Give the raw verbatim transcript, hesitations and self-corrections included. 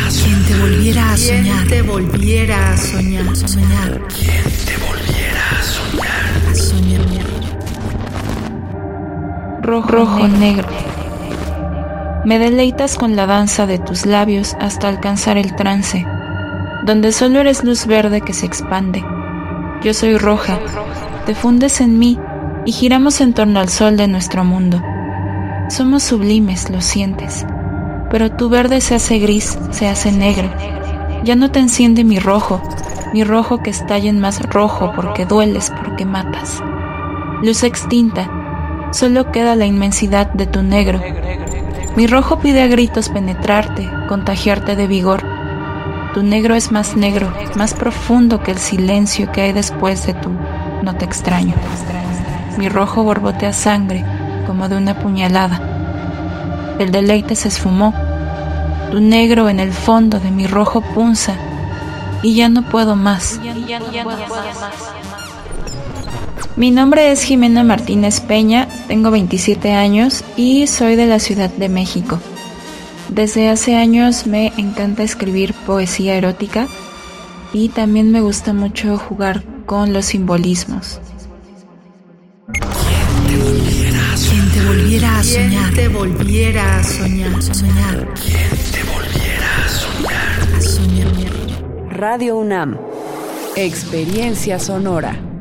Quien te volviera a soñar. Quien te volviera a soñar. Soñar. Quien te volviera a soñar. A soñar. Rojo, rojo, negro. Me deleitas con la danza de tus labios hasta alcanzar el trance, donde solo eres luz verde que se expande. Yo soy roja, te fundes en mí y giramos en torno al sol de nuestro mundo. Somos sublimes, lo sientes, pero tu verde se hace gris, se hace negro. Ya no te enciende mi rojo, mi rojo que estalla en más rojo porque dueles, porque matas. Luz extinta, solo queda la inmensidad de tu negro. Mi rojo pide a gritos penetrarte, contagiarte de vigor. Tu negro es más negro, más profundo que el silencio que hay después de tu no te extraño. Mi rojo borbotea sangre como de una puñalada. El deleite se esfumó. Tu negro en el fondo de mi rojo punza y ya no puedo más. Mi nombre es Jimena Martínez Peña, tengo veintisiete años y soy de la Ciudad de México. Desde hace años me encanta escribir poesía erótica y también me gusta mucho jugar con los simbolismos. Quien te volviera a soñar. Quien te volviera a soñar. Soñar. Quien te volviera a soñar. A soñar. Radio UNAM. Experiencia sonora.